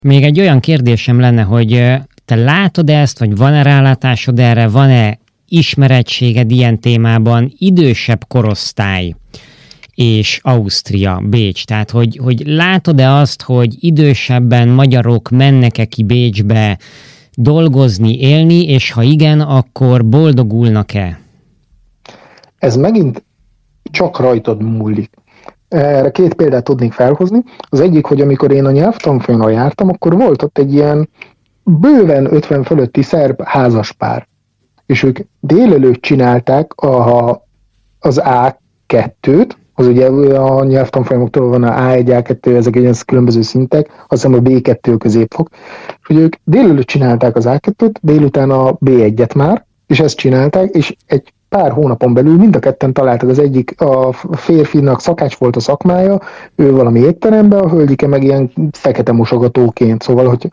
Még egy olyan kérdésem lenne, hogy te látod ezt, vagy van-e rálátásod erre, van-e ismerettséged ilyen témában, idősebb korosztály és Ausztria, Bécs. Tehát, hogy látod-e azt, hogy idősebben magyarok mennek-e ki Bécsbe dolgozni, élni, és ha igen, akkor boldogulnak-e? Ez megint csak rajtad múlik. Erre két példát tudnék felhozni. Az egyik, hogy amikor én a nyelvtanfolyamon jártam, akkor volt ott egy ilyen bőven 50 fölötti szerb házaspár. És ők délelőtt csinálták az A2-t, az ugye a nyelvtanfolyamoktól van a A1, A2, ezek ilyen különböző szintek, azt hiszem a B2 középfok, és hogy ők délelőtt csinálták az A2-t, délután a B1-et már, és ezt csinálták, és egy pár hónapon belül mind a ketten találtak. Az egyik, a férfinak szakács volt a szakmája, ő valami étteremben, a hölgyike meg ilyen fekete mosogatóként, szóval, hogy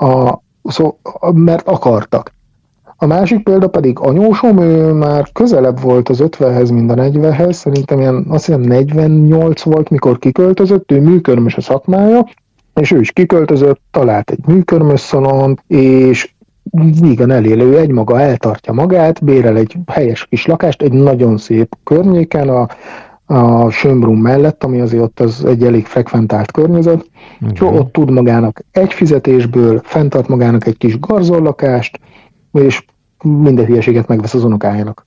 mert akartak. A másik példa pedig anyósom, ő már közelebb volt az 50-hez, mint a 40-hez, szerintem ilyen, azt hiszem 48 volt, mikor kiköltözött, ő műkörmös a szakmája, és ő is kiköltözött, talált egy műkörmös szalont, és vígan elélő, egymaga eltartja magát, bérel egy helyes kis lakást, egy nagyon szép környéken, a Schönbrunn mellett, ami azért ott az egy elég frekventált környezet, és ott tud magának egy fizetésből, fenntart magának egy kis garzonlakást, és minden hülyeséget megvesz az unokájának.